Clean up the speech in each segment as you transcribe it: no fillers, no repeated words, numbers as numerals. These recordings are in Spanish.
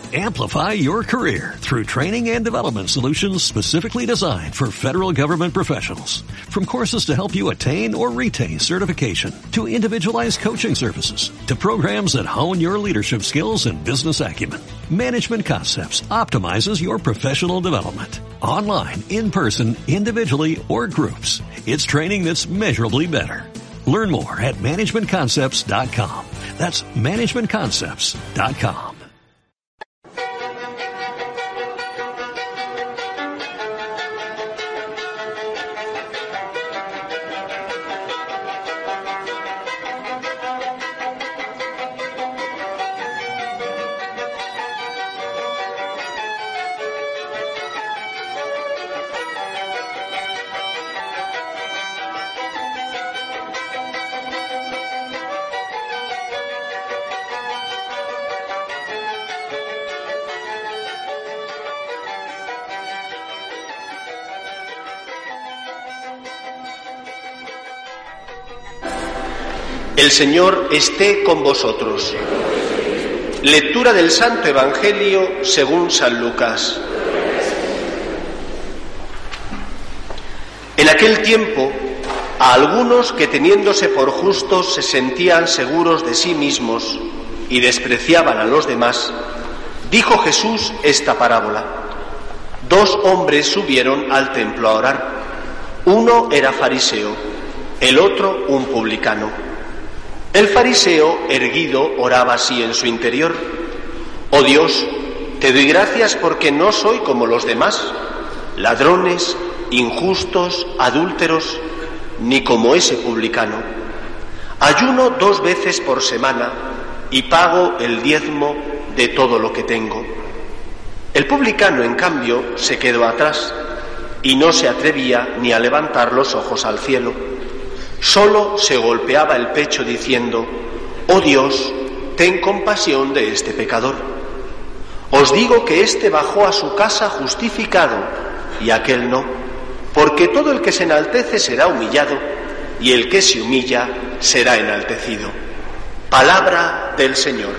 Amplify your career through training and development solutions specifically designed for federal government professionals. From courses to help you attain or retain certification, to individualized coaching services, to programs that hone your leadership skills and business acumen, Management Concepts optimizes your professional development. Online, in person, individually, or groups, it's training that's measurably better. Learn more at managementconcepts.com. That's managementconcepts.com. El Señor esté con vosotros. Lectura del Santo Evangelio según San Lucas. En aquel tiempo, a algunos que teniéndose por justos se sentían seguros de sí mismos y despreciaban a los demás, dijo Jesús esta parábola. 2 hombres subieron al templo a orar. Uno era fariseo, el otro un publicano. El fariseo, erguido, oraba así en su interior: Oh Dios, te doy gracias porque no soy como los demás, ladrones, injustos, adúlteros, ni como ese publicano. Ayuno 2 veces por semana y pago el diezmo de todo lo que tengo. El publicano, en cambio, se quedó atrás y no se atrevía ni a levantar los ojos al cielo. Solo se golpeaba el pecho diciendo: Oh Dios, ten compasión de este pecador. Os digo que éste bajó a su casa justificado y aquel no, porque todo el que se enaltece será humillado y el que se humilla será enaltecido. Palabra del Señor.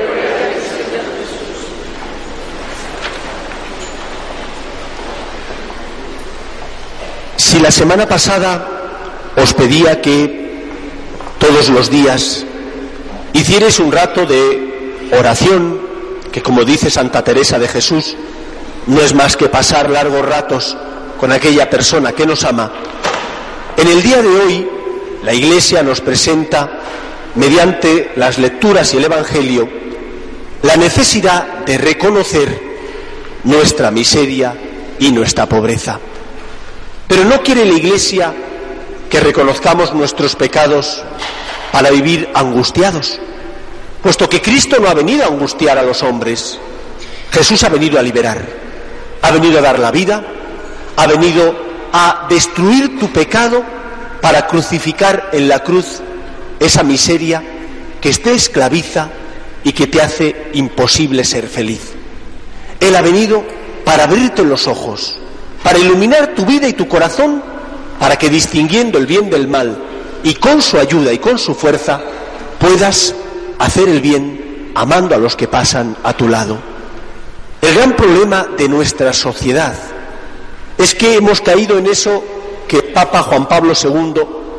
Si la semana pasada os pedía que todos los días hicierais un rato de oración, que como dice Santa Teresa de Jesús, no es más que pasar largos ratos con aquella persona que nos ama, en el día de hoy la Iglesia nos presenta, mediante las lecturas y el Evangelio, la necesidad de reconocer nuestra miseria y nuestra pobreza. Pero no quiere la Iglesia que reconozcamos nuestros pecados para vivir angustiados, puesto que Cristo no ha venido a angustiar a los hombres. Jesús ha venido a liberar, ha venido a dar la vida, ha venido a destruir tu pecado para crucificar en la cruz esa miseria que te esclaviza y que te hace imposible ser feliz. Él ha venido para abrirte los ojos, para iluminar tu vida y tu corazón, para que, distinguiendo el bien del mal y con su ayuda y con su fuerza, puedas hacer el bien amando a los que pasan a tu lado. El gran problema de nuestra sociedad es que hemos caído en eso que el Papa Juan Pablo II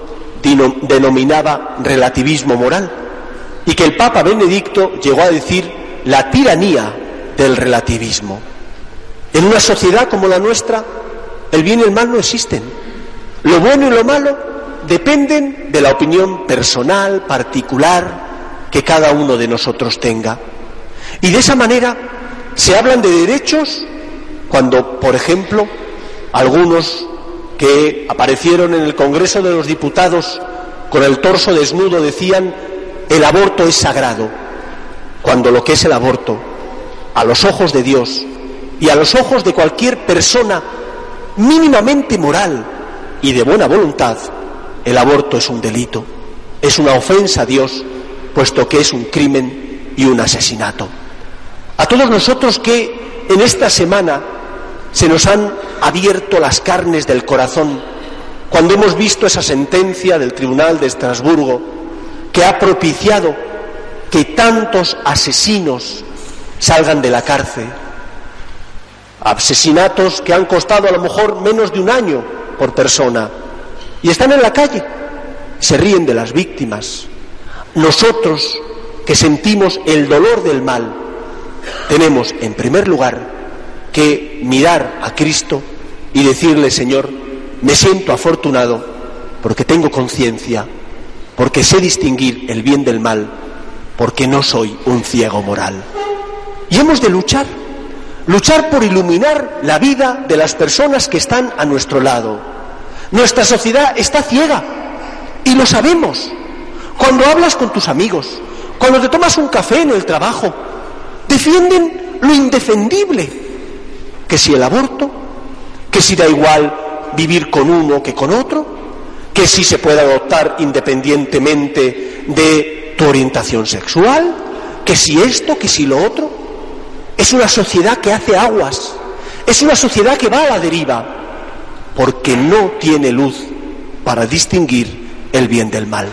denominaba relativismo moral, y que el Papa Benedicto llegó a decir la tiranía del relativismo. En una sociedad como la nuestra, el bien y el mal no existen. Lo bueno y lo malo dependen de la opinión personal, particular, que cada uno de nosotros tenga. Y de esa manera se hablan de derechos cuando, por ejemplo, algunos que aparecieron en el Congreso de los Diputados con el torso desnudo decían: el aborto es sagrado, cuando lo que es el aborto, a los ojos de Dios y a los ojos de cualquier persona mínimamente moral y de buena voluntad, el aborto es un delito, es una ofensa a Dios, puesto que es un crimen y un asesinato. A todos nosotros que en esta semana se nos han abierto las carnes del corazón cuando hemos visto esa sentencia del Tribunal de Estrasburgo que ha propiciado que tantos asesinos salgan de la cárcel. Asesinatos que han costado a lo mejor menos de 1 año por persona y están en la calle, se ríen de las víctimas. Nosotros, que sentimos el dolor del mal, tenemos en primer lugar que mirar a Cristo y decirle: Señor, me siento afortunado porque tengo conciencia, porque sé distinguir el bien del mal, porque no soy un ciego moral. Y hemos de luchar por iluminar la vida de las personas que están a nuestro lado. Nuestra sociedad está ciega y lo sabemos. Cuando hablas con tus amigos, cuando te tomas un café en el trabajo, defienden lo indefendible, que si el aborto, que si da igual vivir con uno que con otro, que si se puede adoptar independientemente de tu orientación sexual, que si esto, que si lo otro. Es una sociedad que hace aguas, es una sociedad que va a la deriva, porque no tiene luz para distinguir el bien del mal.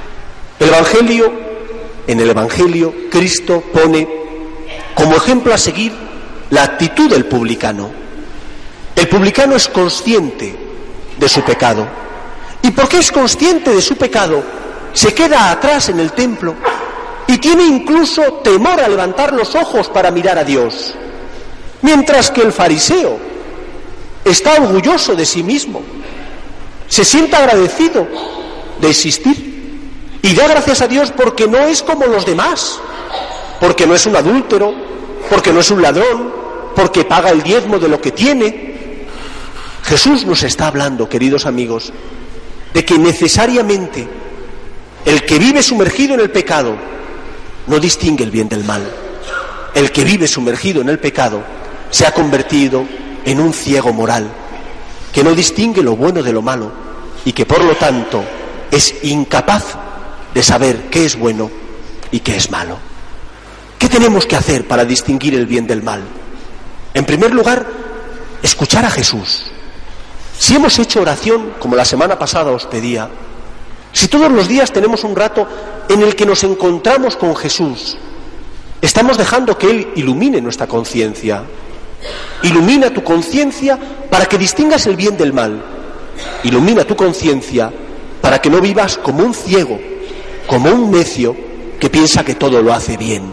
En el Evangelio, Cristo pone como ejemplo a seguir la actitud del publicano. El publicano es consciente de su pecado. ¿Y porque es consciente de su pecado? Se queda atrás en el templo y tiene incluso temor a levantar los ojos para mirar a Dios. Mientras que el fariseo está orgulloso de sí mismo, se siente agradecido de existir y da gracias a Dios porque no es como los demás, porque no es un adúltero, porque no es un ladrón, porque paga el diezmo de lo que tiene. Jesús nos está hablando, queridos amigos, de que necesariamente el que vive sumergido en el pecado no distingue el bien del mal. El que vive sumergido en el pecado se ha convertido en un ciego moral, que no distingue lo bueno de lo malo y que por lo tanto es incapaz de saber qué es bueno y qué es malo. ¿Qué tenemos que hacer para distinguir el bien del mal? En primer lugar, escuchar a Jesús. Si hemos hecho oración, como la semana pasada os pedía, si todos los días tenemos un rato en el que nos encontramos con Jesús, estamos dejando que Él ilumine nuestra conciencia. Ilumina tu conciencia para que distingas el bien del mal. Ilumina tu conciencia para que no vivas como un ciego, como un necio que piensa que todo lo hace bien.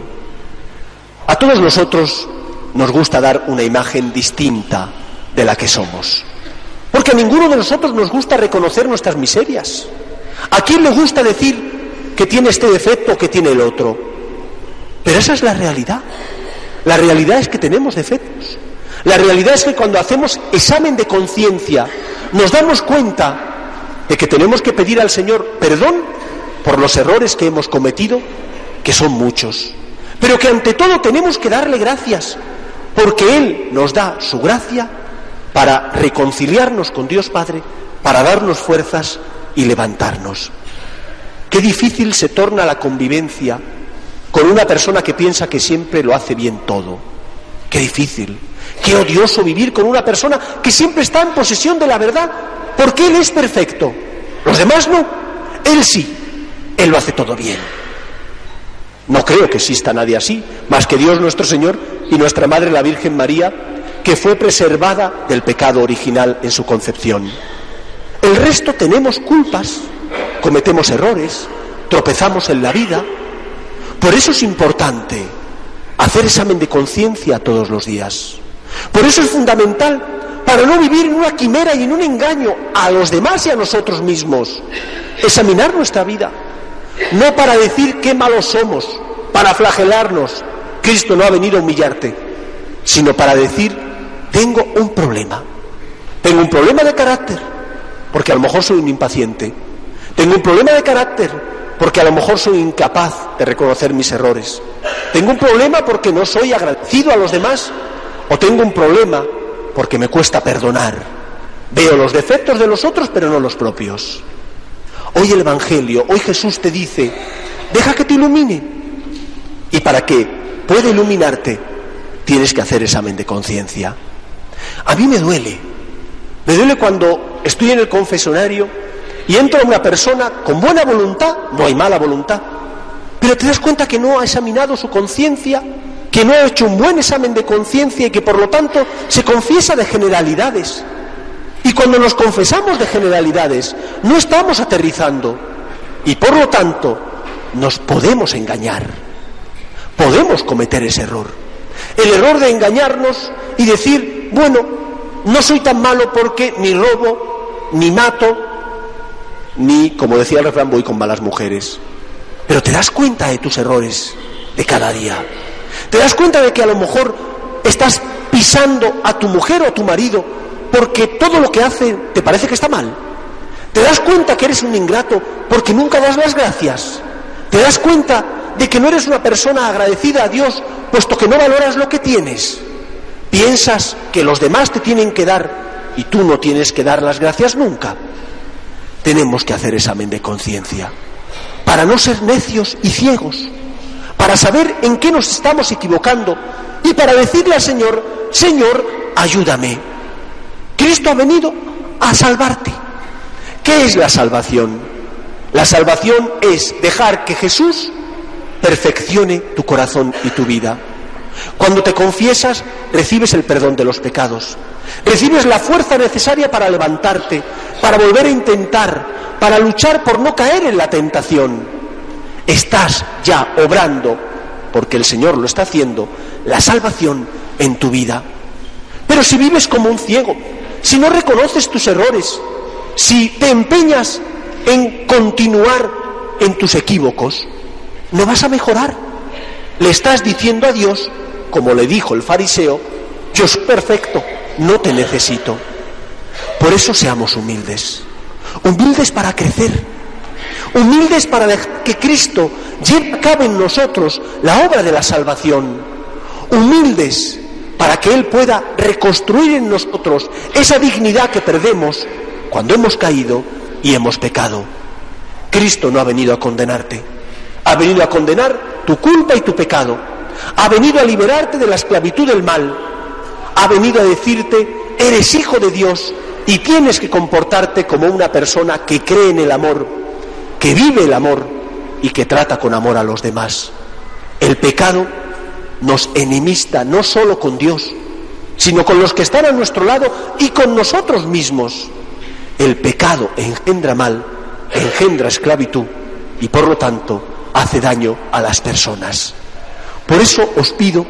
A todos nosotros nos gusta dar una imagen distinta de la que somos, porque a ninguno de nosotros nos gusta reconocer nuestras miserias. ¿A quién le gusta decir que tiene este defecto o que tiene el otro? Pero esa es la realidad. La realidad es que tenemos defectos. La realidad es que cuando hacemos examen de conciencia nos damos cuenta de que tenemos que pedir al Señor perdón por los errores que hemos cometido, que son muchos, pero que ante todo tenemos que darle gracias, porque Él nos da su gracia para reconciliarnos con Dios Padre, para darnos fuerzas y levantarnos. Qué difícil se torna la convivencia con una persona que piensa que siempre lo hace bien todo. Qué difícil, qué odioso vivir con una persona que siempre está en posesión de la verdad, porque Él es perfecto. Los demás no, Él sí, Él lo hace todo bien. No creo que exista nadie así, más que Dios nuestro Señor y nuestra Madre la Virgen María, que fue preservada del pecado original en su concepción. El resto tenemos culpas, cometemos errores, tropezamos en la vida. Por eso es importante hacer examen de conciencia todos los días. Por eso es fundamental, para no vivir en una quimera y en un engaño a los demás y a nosotros mismos, examinar nuestra vida. No para decir qué malos somos, para flagelarnos, Cristo no ha venido a humillarte, sino para decir, tengo un problema de carácter, porque a lo mejor soy un impaciente, tengo un problema de carácter, porque a lo mejor soy incapaz de reconocer mis errores, tengo un problema porque no soy agradecido a los demás, o tengo un problema porque me cuesta perdonar, veo los defectos de los otros pero no los propios. Hoy el Evangelio, hoy Jesús te dice, deja que te ilumine, y para que pueda iluminarte tienes que hacer examen de conciencia. A mí me duele cuando estoy en el confesionario y entra una persona con buena voluntad, no hay mala voluntad, pero te das cuenta que no ha examinado su conciencia que no ha hecho un buen examen de conciencia y que por lo tanto se confiesa de generalidades. Y cuando nos confesamos de generalidades, no estamos aterrizando y por lo tanto nos podemos engañar. Podemos cometer ese error. El error de engañarnos y decir, bueno, no soy tan malo porque ni robo, ni mato, ni, como decía el refrán, voy con malas mujeres. Pero te das cuenta de tus errores de cada día. Te das cuenta de que a lo mejor estás pisando a tu mujer o a tu marido porque todo lo que hace te parece que está mal. Te das cuenta que eres un ingrato porque nunca das las gracias. Te das cuenta de que no eres una persona agradecida a Dios puesto que no valoras lo que tienes. Piensas que los demás te tienen que dar y tú no tienes que dar las gracias nunca. Tenemos que hacer examen de conciencia para no ser necios y ciegos, para saber en qué nos estamos equivocando y para decirle al Señor, Señor, ayúdame. Cristo ha venido a salvarte. ¿Qué es la salvación? La salvación es dejar que Jesús perfeccione tu corazón y tu vida. Cuando te confiesas, recibes el perdón de los pecados, recibes la fuerza necesaria para levantarte, para volver a intentar, para luchar por no caer en la tentación. Estás ya obrando, porque el Señor lo está haciendo, la salvación en tu vida. Pero si vives como un ciego, si no reconoces tus errores, si te empeñas en continuar en tus equívocos, no vas a mejorar. Le estás diciendo a Dios, como le dijo el fariseo, yo soy perfecto, no te necesito. Por eso seamos humildes, humildes para crecer, humildes para dejar que Cristo lleve a cabo en nosotros la obra de la salvación, humildes para que Él pueda reconstruir en nosotros esa dignidad que perdemos cuando hemos caído y hemos pecado. Cristo no ha venido a condenarte, ha venido a condenar tu culpa y tu pecado, ha venido a liberarte de la esclavitud del mal, ha venido a decirte, eres hijo de Dios y tienes que comportarte como una persona que cree en el amor, que vive el amor y que trata con amor a los demás. El pecado nos enemista no solo con Dios, sino con los que están a nuestro lado y con nosotros mismos. El pecado engendra mal, engendra esclavitud y por lo tanto hace daño a las personas. Por eso os pido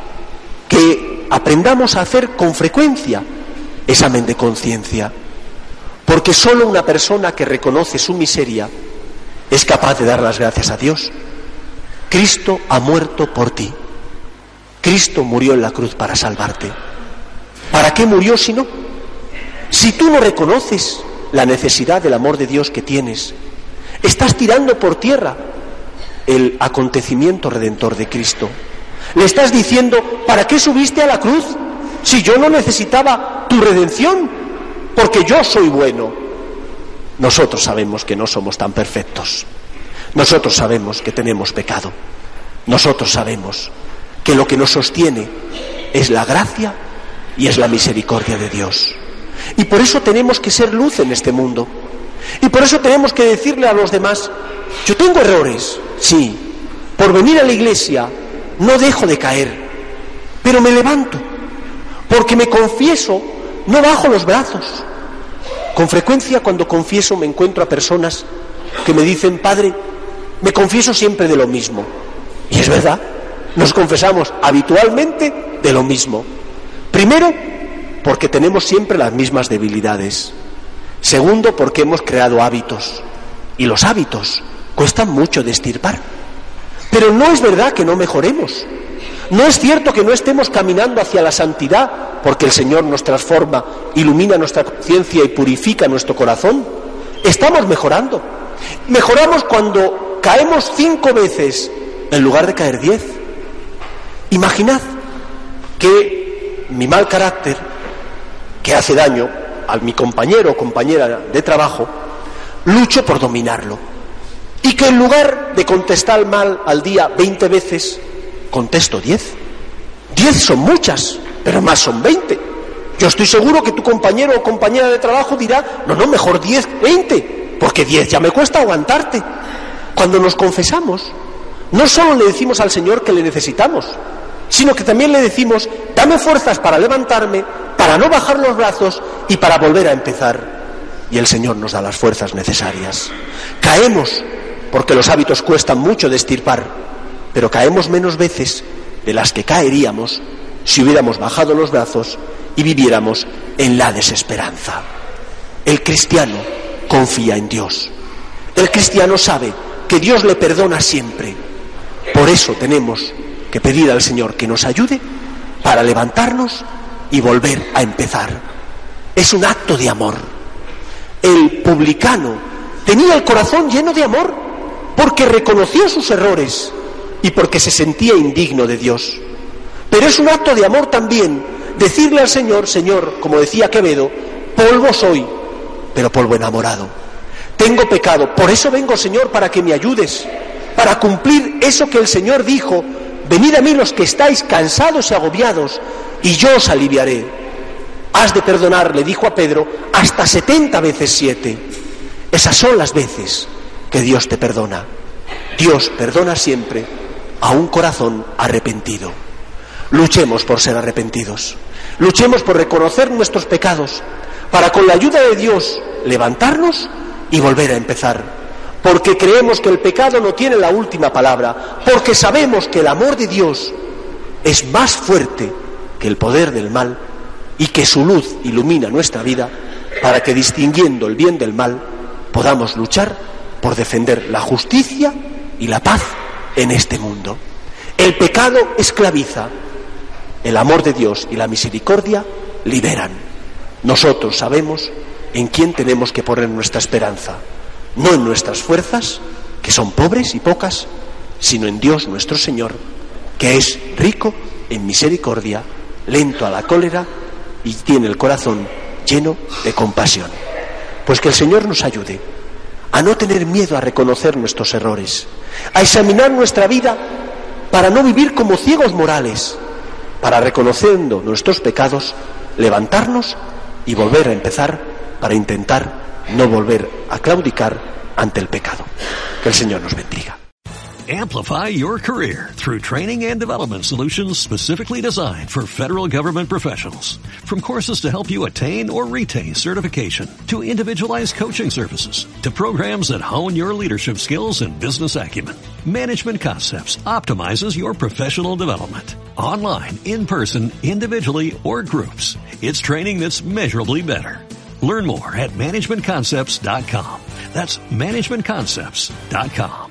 que aprendamos a hacer con frecuencia examen de conciencia, porque solo una persona que reconoce su miseria es capaz de dar las gracias a Dios. Cristo ha muerto por ti. Cristo murió en la cruz para salvarte. ¿Para qué murió si no? Si tú no reconoces la necesidad del amor de Dios que tienes, estás tirando por tierra el acontecimiento redentor de Cristo. Le estás diciendo, ¿para qué subiste a la cruz si yo no necesitaba tu redención? Porque yo soy bueno. Nosotros sabemos que no somos tan perfectos. Nosotros sabemos que tenemos pecado. Nosotros sabemos que lo que nos sostiene es la gracia y es la misericordia de Dios. Y por eso tenemos que ser luz en este mundo. Y por eso tenemos que decirle a los demás, yo tengo errores, sí, por venir a la iglesia no dejo de caer, pero me levanto, porque me confieso, no bajo los brazos. Con frecuencia cuando confieso me encuentro a personas que me dicen, padre, me confieso siempre de lo mismo. Y es verdad, nos confesamos habitualmente de lo mismo. Primero, porque tenemos siempre las mismas debilidades. Segundo, porque hemos creado hábitos. Y los hábitos cuestan mucho de extirpar. Pero no es verdad que no mejoremos. No es cierto que no estemos caminando hacia la santidad, porque el Señor nos transforma, ilumina nuestra conciencia y purifica nuestro corazón. Estamos mejorando. Mejoramos cuando caemos 5 veces en lugar de caer 10. Imaginad que mi mal carácter, que hace daño a mi compañero o compañera de trabajo, lucho por dominarlo. Y que en lugar de contestar mal al día 20 veces, contesto 10. 10 son muchas, pero más son 20. Yo estoy seguro que tu compañero o compañera de trabajo dirá, no, mejor 10, 20, porque 10 ya me cuesta aguantarte. Cuando nos confesamos, no solo le decimos al Señor que le necesitamos, sino que también le decimos: dame fuerzas para levantarme, para no bajar los brazos y para volver a empezar. Y el Señor nos da las fuerzas necesarias. Caemos, porque los hábitos cuestan mucho de extirpar, pero caemos menos veces de las que caeríamos si hubiéramos bajado los brazos y viviéramos en la desesperanza. El cristiano confía en Dios. El cristiano sabe que Dios le perdona siempre. Por eso tenemos que pedir al Señor que nos ayude para levantarnos y volver a empezar. Es un acto de amor. El publicano tenía el corazón lleno de amor porque reconoció sus errores y porque se sentía indigno de Dios. Pero es un acto de amor también decirle al Señor: Señor, como decía Quevedo, polvo soy, pero polvo enamorado. Tengo pecado, por eso vengo, Señor, para que me ayudes, para cumplir eso que el Señor dijo: venid a mí los que estáis cansados y agobiados, y yo os aliviaré. Has de perdonar, le dijo a Pedro, hasta 70 veces 7. Esas son las veces que Dios te perdona. Dios perdona siempre a un corazón arrepentido. Luchemos por ser arrepentidos. Luchemos por reconocer nuestros pecados, para con la ayuda de Dios levantarnos y volver a empezar. Porque creemos que el pecado no tiene la última palabra, porque sabemos que el amor de Dios es más fuerte que el poder del mal y que su luz ilumina nuestra vida para que, distinguiendo el bien del mal, podamos luchar por defender la justicia y la paz en este mundo. El pecado esclaviza, el amor de Dios y la misericordia liberan. Nosotros sabemos en quién tenemos que poner nuestra esperanza, no en nuestras fuerzas, que son pobres y pocas, sino en Dios nuestro Señor, que es rico en misericordia, lento a la cólera y tiene el corazón lleno de compasión. Pues que el Señor nos ayude a no tener miedo a reconocer nuestros errores, a examinar nuestra vida para no vivir como ciegos morales, para, reconociendo nuestros pecados, levantarnos y volver a empezar para intentar no volver a claudicar ante el pecado. Que el Señor nos bendiga. Amplify your career through training and development solutions specifically designed for federal government professionals. From courses to help you attain or retain certification, to individualized coaching services, to programs that hone your leadership skills and business acumen, Management Concepts optimizes your professional development. Online, in person, individually, or groups, it's training that's measurably better. Learn more at managementconcepts.com. That's managementconcepts.com.